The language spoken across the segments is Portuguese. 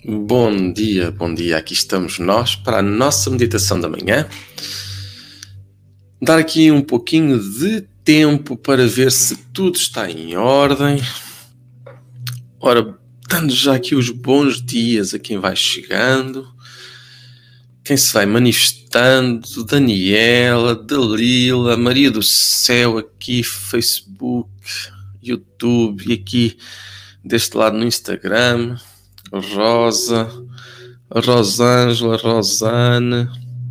Bom dia, bom dia. Aqui estamos nós para a nossa meditação da manhã. Dar aqui um pouquinho de tempo para ver se tudo está em ordem. Ora, dando já aqui os bons dias a quem vai chegando, quem se vai manifestando, Daniela, Dalila, Maria do Céu, aqui Facebook, YouTube e aqui deste lado no Instagram, Rosa, Rosângela, Rosane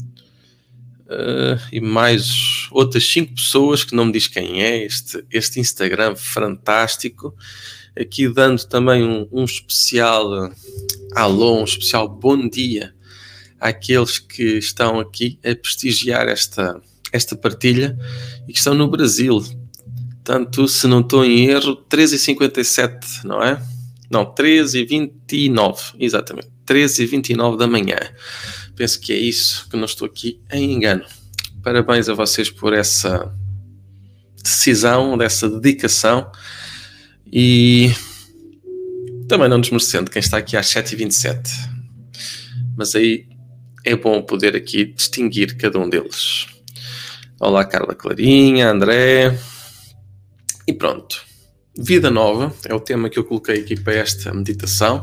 e mais outras 5 pessoas que não me diz quem é, este Instagram fantástico, aqui dando também um especial alô, um especial bom dia àqueles que estão aqui a prestigiar esta partilha e que estão no Brasil. Portanto, se não estou em erro, 13h57, não é? Não, 13h29, exatamente, 13h29 da manhã. Penso que é isso, que não estou aqui em engano. Parabéns a vocês por essa decisão, dessa dedicação e também não desmerecendo quem está aqui às 7h27. Mas aí é bom poder aqui distinguir cada um deles. Olá, Carla Clarinha, André. E pronto. Vida nova é o tema que eu coloquei aqui para esta meditação.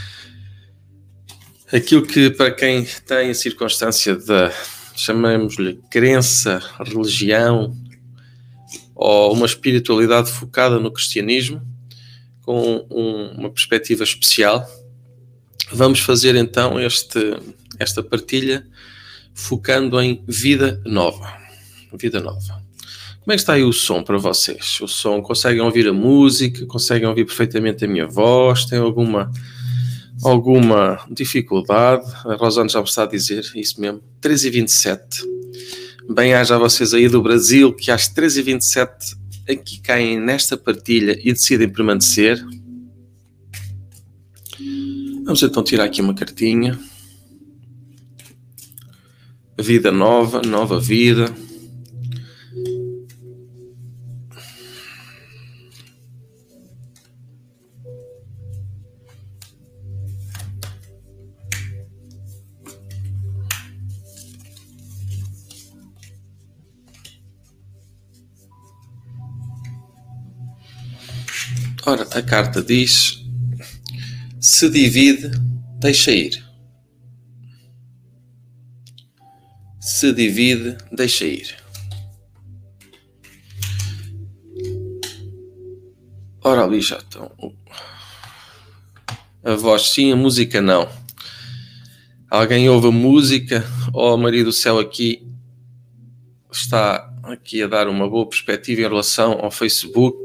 Aquilo que para quem tem a circunstância da, chamemos-lhe, crença, religião ou uma espiritualidade focada no cristianismo, com uma perspectiva especial, vamos fazer então esta partilha focando em vida nova. Vida nova. Como é que está aí o som para vocês? O som, conseguem ouvir a música? Conseguem ouvir perfeitamente a minha voz? Tem alguma dificuldade? A Rosana já me está a dizer isso mesmo. 13h27. Bem haja vocês aí do Brasil que às 13h27 aqui caem nesta partilha e decidem permanecer. Vamos então tirar aqui uma cartinha. Vida nova, nova vida. Ora, a carta diz: se divide, deixa ir. Se divide, deixa ir. Ora ali já estão. A voz sim, a música não. Alguém ouve a música ou a Maria do Céu aqui está aqui a dar uma boa perspectiva em relação ao Facebook?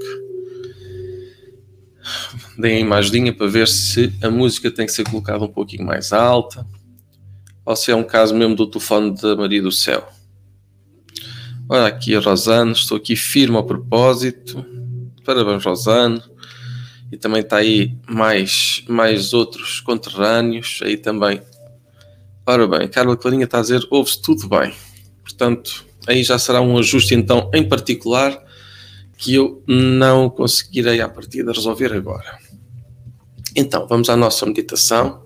Deem uma ajudinha para ver se a música tem que ser colocada um pouquinho mais alta ou se é um caso mesmo do telefone da Maria do Céu. Olha aqui a Rosane, estou aqui firme ao propósito. Parabéns, Rosane. E também está aí mais outros conterrâneos aí também. Ora bem, Carla Clarinha está a dizer, ouve-se tudo bem. Portanto, aí já será um ajuste então em particular que eu não conseguirei à partida resolver agora. Então, vamos à nossa meditação.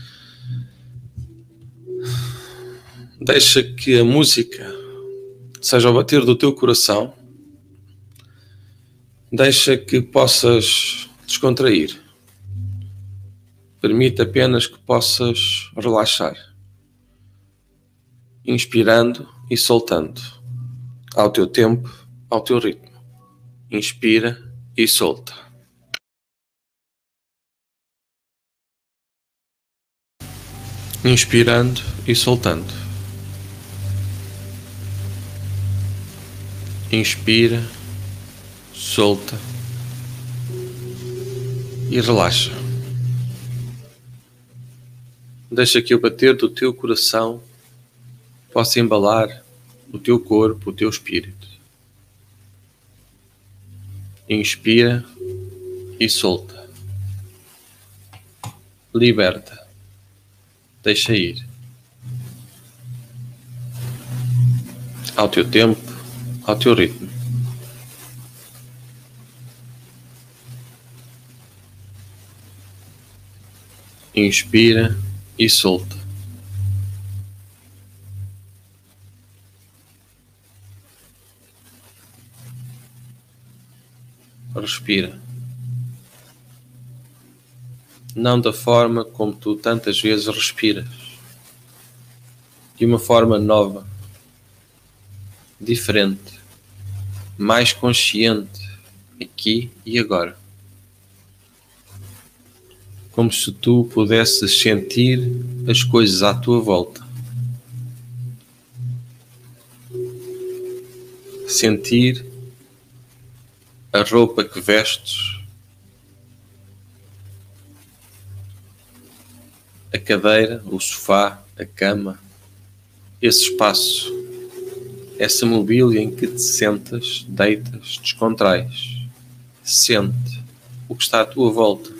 Deixa que a música seja o bater do teu coração. Deixa que possas descontrair. Permite apenas que possas relaxar. Inspirando e soltando. Ao teu tempo, ao teu ritmo. Inspira e solta. Inspirando e soltando. Inspira, solta e relaxa. Deixa que o bater do teu coração possa embalar o teu corpo, o teu espírito. Inspira e solta. Liberta. Deixa ir. Ao teu tempo, ao teu ritmo. Inspira e solta. Respira. Não da forma como tu tantas vezes respiras. De uma forma nova, diferente, mais consciente, aqui e agora. Como se tu pudesses sentir as coisas à tua volta. Sentir a roupa que vestes, a cadeira, o sofá, a cama, esse espaço, essa mobília em que te sentas, deitas, descontrais. Sente o que está à tua volta.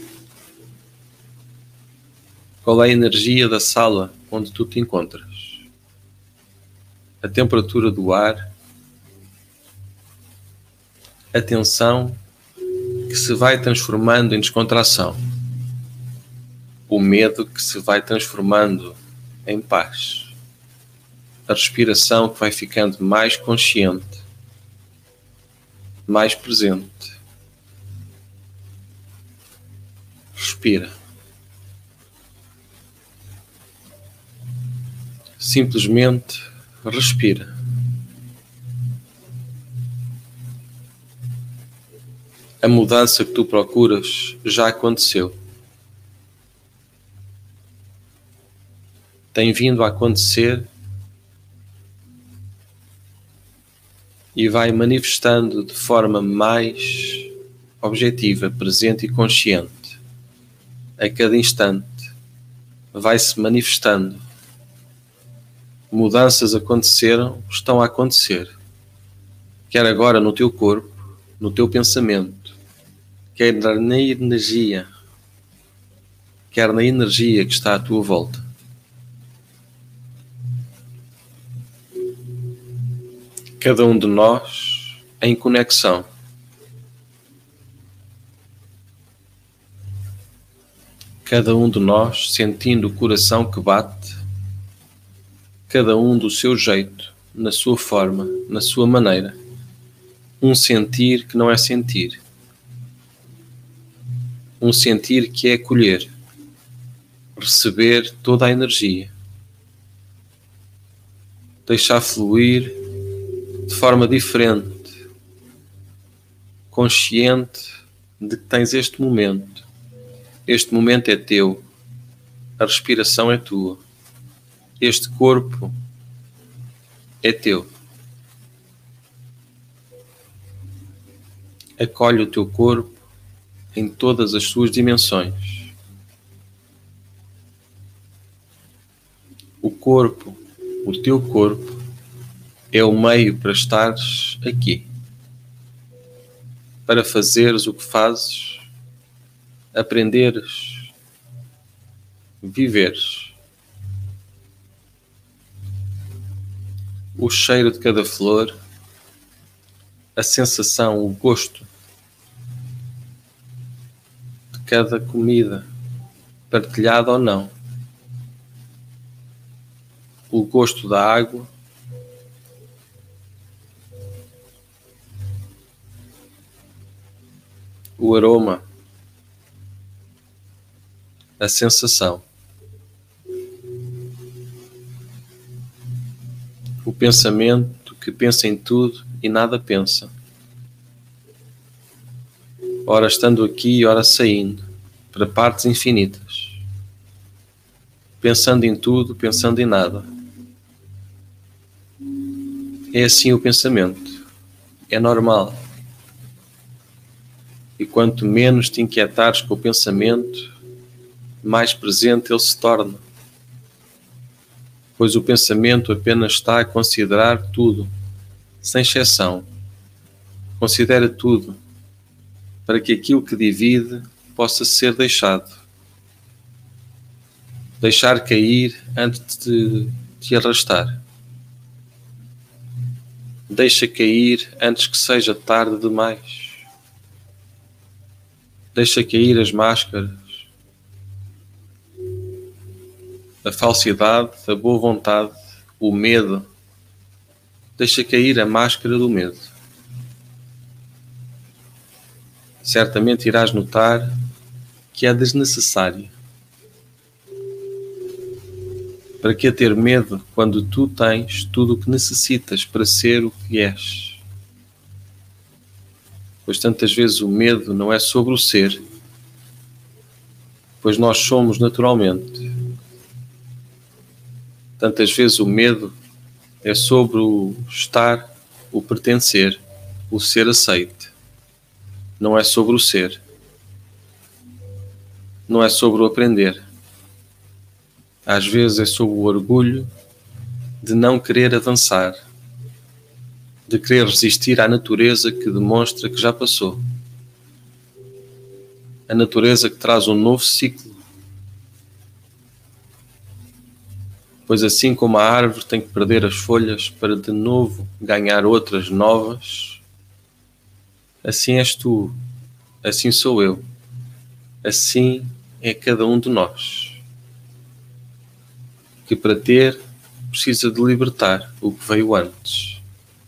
Qual é a energia da sala onde tu te encontras? A temperatura do ar, a tensão que se vai transformando em descontração, o medo que se vai transformando em paz, a respiração que vai ficando mais consciente, mais presente. Respira. Simplesmente respira. A mudança que tu procuras já aconteceu. Tem vindo a acontecer e vai manifestando de forma mais objetiva, presente e consciente. A cada instante vai-se manifestando. Mudanças aconteceram, estão a acontecer. Quer agora no teu corpo, no teu pensamento, quer na energia que está à tua volta. Cada um de nós em conexão. Cada um de nós sentindo o coração que bate, cada um do seu jeito, na sua forma, na sua maneira. Um sentir que não é sentir. Um sentir que é acolher, receber toda a energia, deixar fluir de forma diferente, consciente de que tens este momento. Este momento é teu, a respiração é tua, este corpo é teu. Acolhe o teu corpo em todas as suas dimensões. O corpo, o teu corpo, é o meio para estares aqui, para fazeres o que fazes, aprenderes, viveres. O cheiro de cada flor, a sensação, o gosto de cada comida, partilhada ou não. O gosto da água, o aroma, a sensação. O pensamento que pensa em tudo e nada pensa. Ora estando aqui, ora saindo, para partes infinitas. Pensando em tudo, pensando em nada. É assim o pensamento. É normal. E quanto menos te inquietares com o pensamento, mais presente ele se torna. Pois o pensamento apenas está a considerar tudo, sem exceção. Considera tudo, para que aquilo que divide possa ser deixado. Deixar cair antes de te arrastar. Deixa cair antes que seja tarde demais. Deixa cair as máscaras. a falsidade, a boa vontade, o medo. Deixa cair a máscara do medo. Certamente irás notar que é desnecessário. Para que ter medo quando tu tens tudo o que necessitas para ser o que és? Pois tantas vezes o medo não é sobre o ser, pois nós somos naturalmente. Tantas vezes o medo é sobre o estar, o pertencer, o ser aceite. Não é sobre o ser. Não é sobre o aprender. Às vezes é sobre o orgulho de não querer avançar, de querer resistir à natureza que demonstra que já passou. A natureza que traz um novo ciclo. Pois assim como a árvore tem que perder as folhas para de novo ganhar outras novas, assim és tu, assim sou eu, assim é cada um de nós, que para ter precisa de libertar o que veio antes.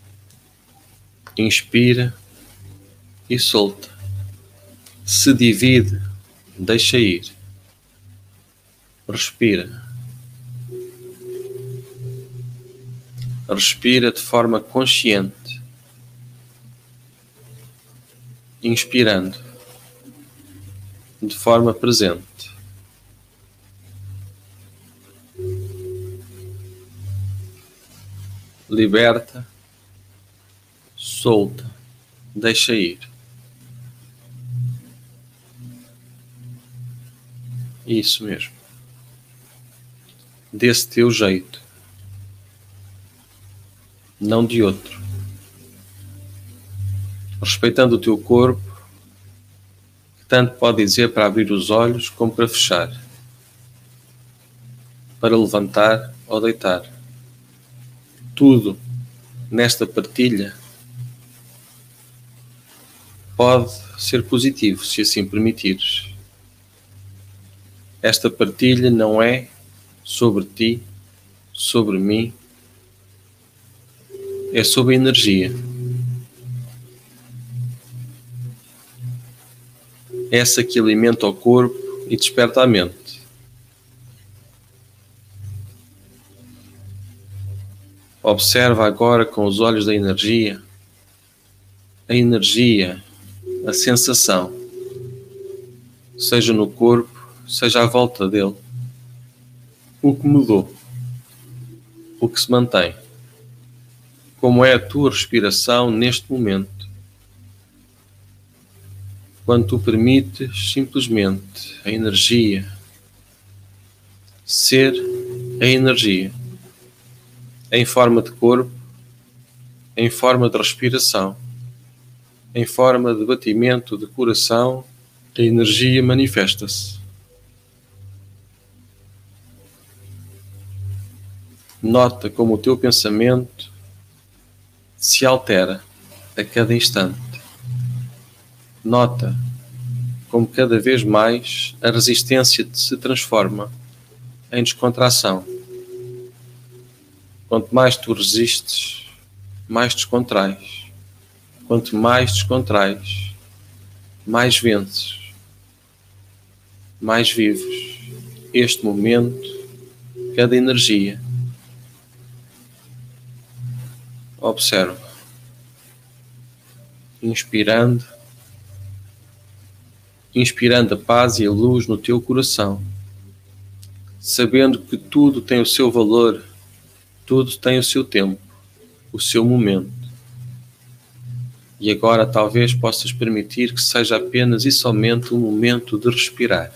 Inspira e solta. Se divide, deixa ir. Respira. Respira de forma consciente, inspirando de forma presente. Liberta, solta, deixa ir. Isso mesmo. Desse teu jeito, não de outro. Respeitando o teu corpo, que tanto pode dizer para abrir os olhos como para fechar, para levantar ou deitar. Tudo nesta partilha pode ser positivo, se assim permitires. Esta partilha não é sobre ti, sobre mim, é sobre a energia. Essa que alimenta o corpo e desperta a mente. Observa agora com os olhos da energia, a sensação, seja no corpo, seja à volta dele. O que mudou, o que se mantém. Como é a tua respiração neste momento. Quando tu permites simplesmente a energia ser a energia, em forma de corpo, em forma de respiração, em forma de batimento de coração, a energia manifesta-se. Nota como o teu pensamento se altera a cada instante. Nota como cada vez mais a resistência se transforma em descontração. Quanto mais tu resistes, mais descontrais. Quanto mais descontrais, mais vences, mais vives este momento, cada energia. Observa, inspirando a paz e a luz no teu coração, sabendo que tudo tem o seu valor, tudo tem o seu tempo, o seu momento. E agora talvez possas permitir que seja apenas e somente um momento de respirar.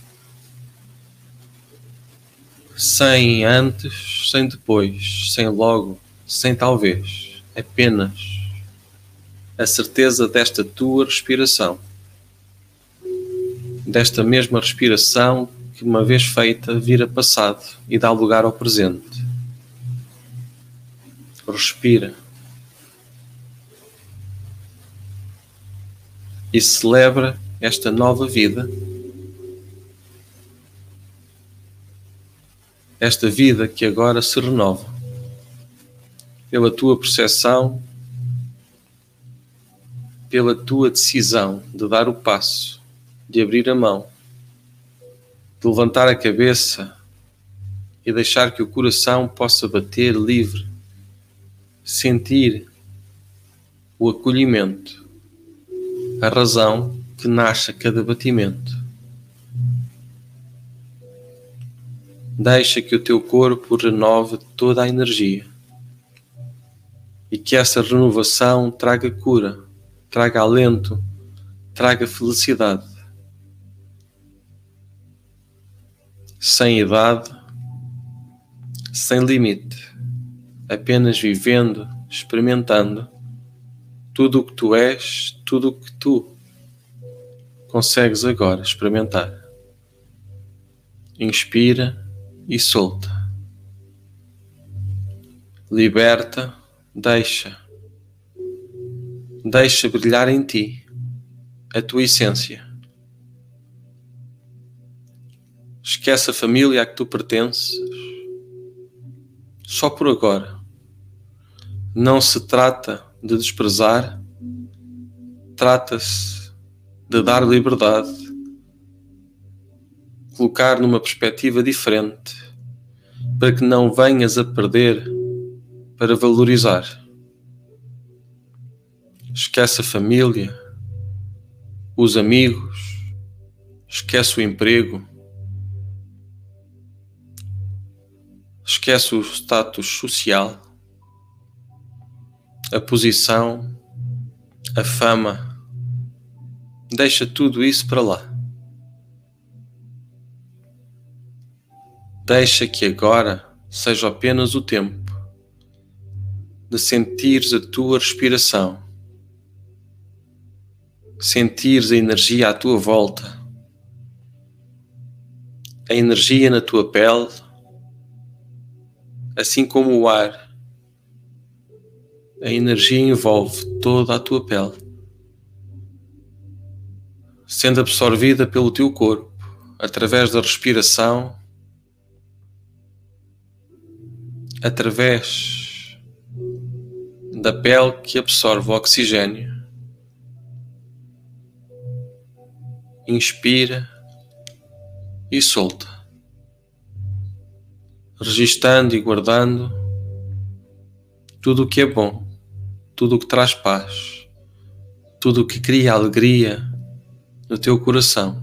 Sem antes, sem depois, sem logo, sem talvez. Apenas a certeza desta tua respiração. Desta mesma respiração que, uma vez feita, vira passado e dá lugar ao presente. Respira. E celebra esta nova vida, esta vida que agora se renova, pela tua percepção, pela tua decisão de dar o passo, de abrir a mão, de levantar a cabeça e deixar que o coração possa bater livre, sentir o acolhimento, a razão que nasce a cada batimento. Deixa que o teu corpo renove toda a energia e que essa renovação traga cura, traga alento, traga felicidade. Sem idade, sem limite, apenas vivendo, experimentando tudo o que tu és, tudo o que tu consegues agora experimentar. Inspira e solta. Liberta, deixa brilhar em ti a tua essência. Esquece a família a que tu pertences, só por agora. Não se trata de desprezar, trata-se de dar liberdade, colocar numa perspectiva diferente, para que não venhas a perder, para valorizar. Esquece a família, os amigos, esquece o emprego, esquece o status social, a posição, a fama. Deixa tudo isso para lá. Deixa que agora seja apenas o tempo de sentires a tua respiração, sentires a energia à tua volta, a energia na tua pele, assim como o ar. A energia envolve toda a tua pele, sendo absorvida pelo teu corpo, através da respiração, através da pele que absorve o oxigênio. Inspira e solta, registando e guardando tudo o que é bom, tudo o que traz paz, tudo o que cria alegria no teu coração.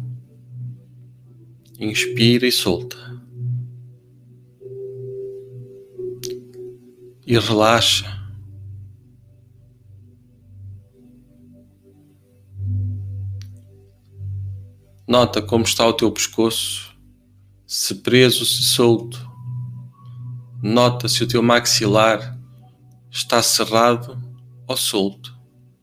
Inspira e solta. E relaxa. Nota como está o teu pescoço, se preso, se solto. Nota se o teu maxilar está cerrado ou solto.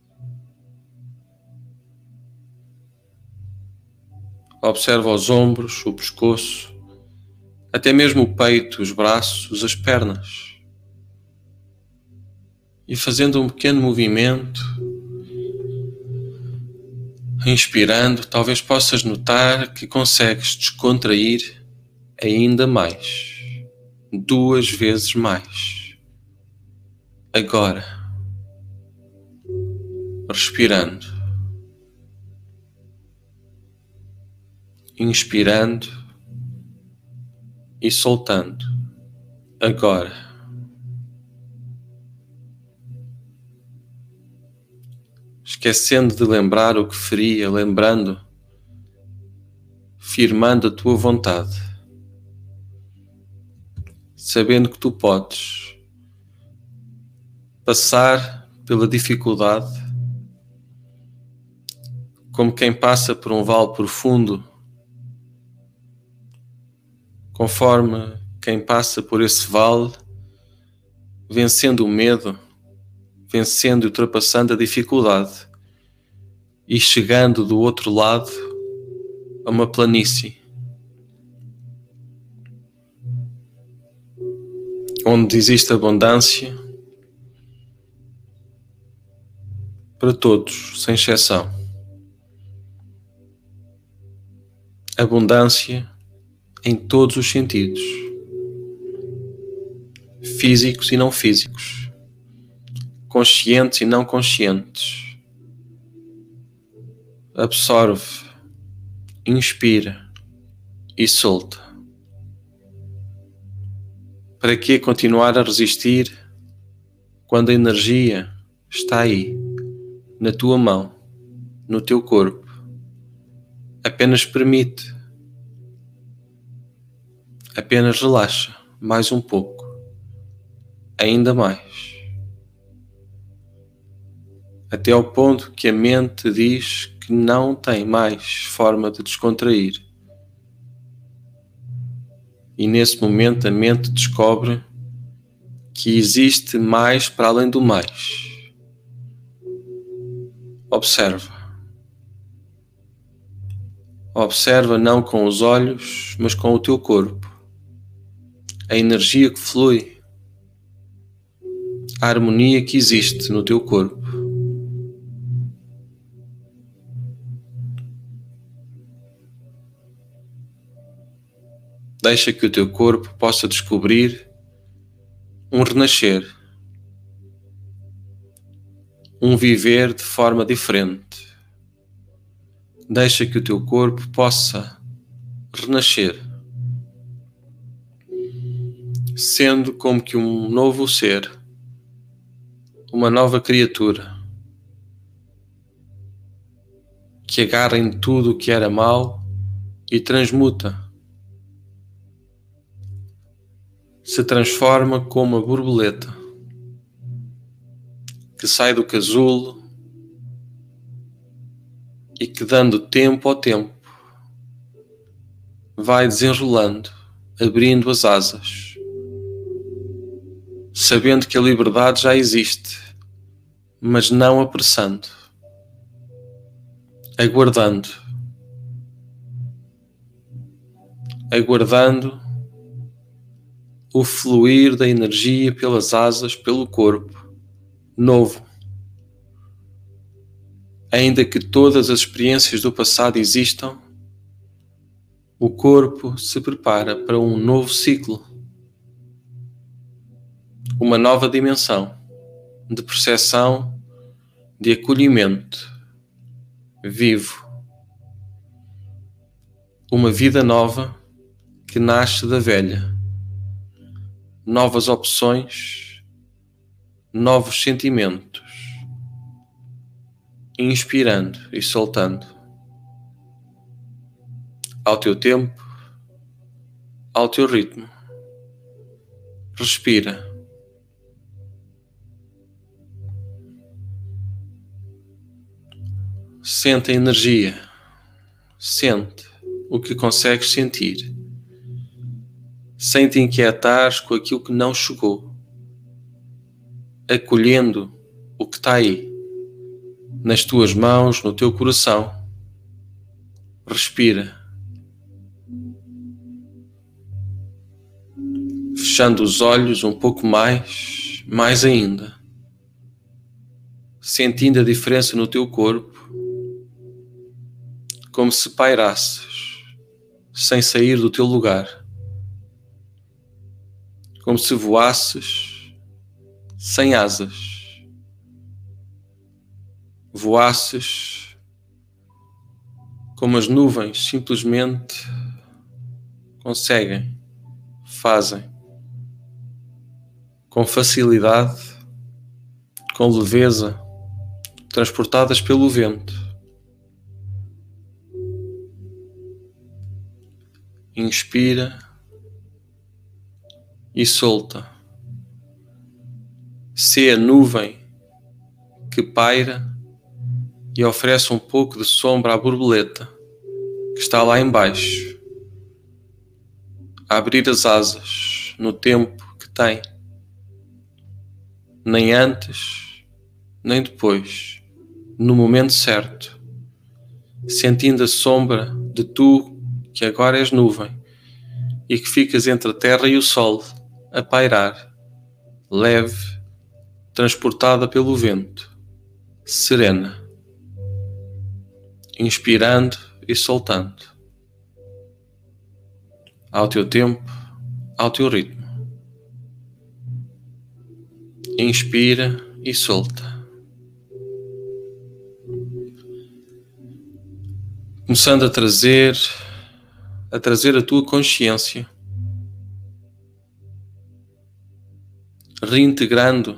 Observa os ombros, o pescoço, até mesmo o peito, os braços, as pernas. E fazendo um pequeno movimento, inspirando, talvez possas notar que consegues descontrair ainda mais, 2 vezes mais. Agora, respirando, inspirando e soltando. Agora, esquecendo de lembrar o que feria, lembrando, firmando a tua vontade, sabendo que tu podes passar pela dificuldade como quem passa por um vale profundo, conforme quem passa por esse vale, vencendo o medo, vencendo e ultrapassando a dificuldade e chegando do outro lado a uma planície onde existe abundância para todos, sem exceção. Abundância em todos os sentidos. físicos e não físicos, conscientes e não conscientes. Absorve, inspira e solta. Para que continuar a resistir quando a energia está aí, na tua mão, no teu corpo? Apenas permite. Apenas relaxa mais um pouco. Ainda mais. Até ao ponto que a mente diz que não tem mais forma de descontrair. E nesse momento a mente descobre que existe mais para além do mais. Observa. Observa não com os olhos, mas com o teu corpo. A energia que flui. A harmonia que existe no teu corpo. Deixa que o teu corpo possa descobrir um renascer, um viver de forma diferente. Deixa que o teu corpo possa renascer, sendo como que um novo ser, uma nova criatura, que agarra em tudo o que era mau e transmuta. Se transforma como uma borboleta que sai do casulo e que, dando tempo ao tempo, vai desenrolando, abrindo as asas, sabendo que a liberdade já existe, mas não apressando, aguardando o fluir da energia pelas asas, pelo corpo, novo. Ainda que todas as experiências do passado existam, o corpo se prepara para um novo ciclo, uma nova dimensão de percepção, de acolhimento, vivo. Uma vida nova que nasce da velha. Novas opções, novos sentimentos, inspirando e soltando, ao teu tempo, ao teu ritmo. Respira. Sente a energia, sente o que consegues sentir. Sem te inquietares com aquilo que não chegou, acolhendo o que está aí, nas tuas mãos, no teu coração. Respira. Fechando os olhos um pouco mais ainda, sentindo a diferença no teu corpo, como se pairasses, sem sair do teu lugar. Como se voasses sem asas. Voasses como as nuvens simplesmente conseguem, fazem, com facilidade, com leveza, transportadas pelo vento. Inspira e solta. Sê a nuvem que paira e oferece um pouco de sombra à borboleta que está lá embaixo, a abrir as asas no tempo que tem, nem antes, nem depois, no momento certo, sentindo a sombra de tu que agora és nuvem e que ficas entre a terra e o sol, a pairar, leve, transportada pelo vento, serena, inspirando e soltando, ao teu tempo, ao teu ritmo. Inspira e solta. Começando a trazer a tua consciência, reintegrando,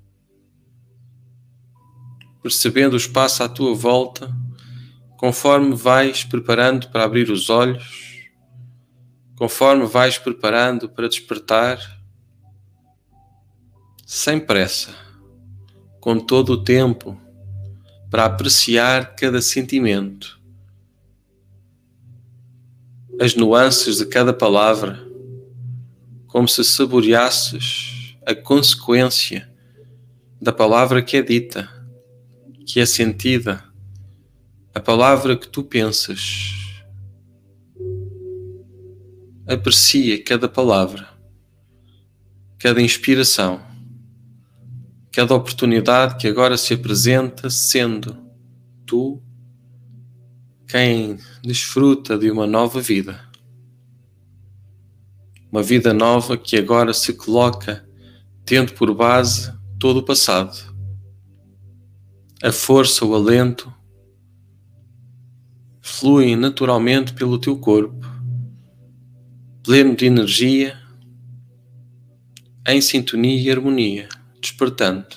percebendo o espaço à tua volta, conforme vais preparando para abrir os olhos, conforme vais preparando para despertar, sem pressa, com todo o tempo, para apreciar cada sentimento, as nuances de cada palavra, como se saboreasses a consequência da palavra que é dita, que é sentida, a palavra que tu pensas. Aprecia cada palavra, cada inspiração, cada oportunidade que agora se apresenta, sendo tu quem desfruta de uma nova vida. Uma vida nova que agora se coloca tendo por base todo o passado. A força, o alento fluem naturalmente pelo teu corpo, pleno de energia, em sintonia e harmonia, despertando,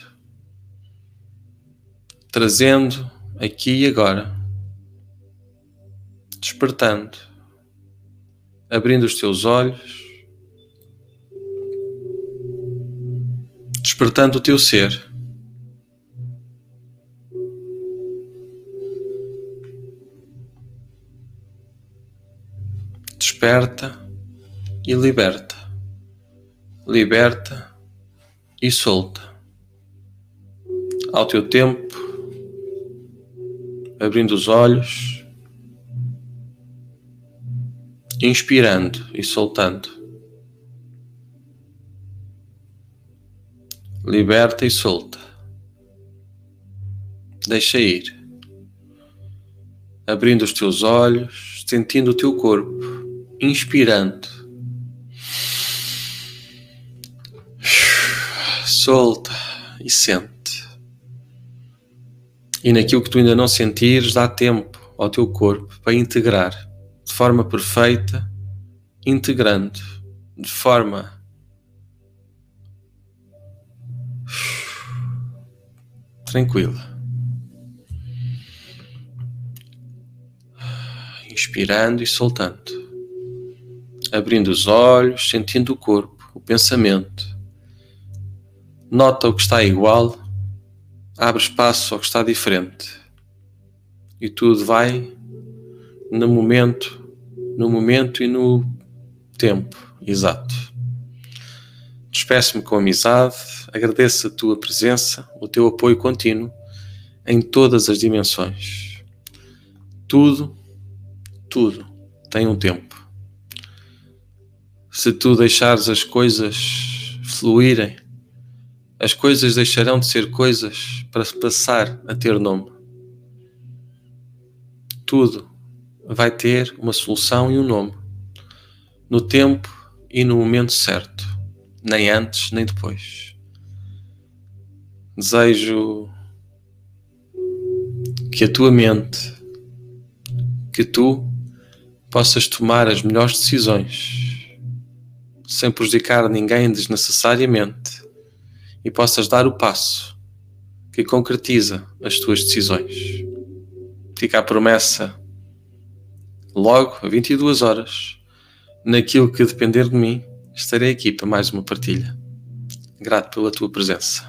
trazendo aqui e agora, despertando, abrindo os teus olhos, despertando o teu ser. Desperta e liberta. Liberta e solta. Ao teu tempo, abrindo os olhos, inspirando e soltando. Liberta e solta. Deixa ir. Abrindo os teus olhos, sentindo o teu corpo, inspirando. Solta e sente. E naquilo que tu ainda não sentires, dá tempo ao teu corpo para integrar de forma perfeita, integrando de forma tranquila. Inspirando e soltando. Abrindo os olhos, sentindo o corpo, o pensamento. Nota o que está igual, abre espaço ao que está diferente. E tudo vai no momento e no tempo exato. Despeço-me com amizade, agradeço a tua presença, o teu apoio contínuo em todas as dimensões. Tudo tem um tempo. Se tu deixares as coisas fluírem, as coisas deixarão de ser coisas para passar a ter nome. Tudo vai ter uma solução e um nome, no tempo e no momento certo, nem antes nem depois. Desejo que a tua mente, que tu possas tomar as melhores decisões, sem prejudicar ninguém desnecessariamente, e possas dar o passo que concretiza as tuas decisões. Fica a promessa, logo a 22 horas, naquilo que depender de mim, estarei aqui para mais uma partilha. Grato pela tua presença.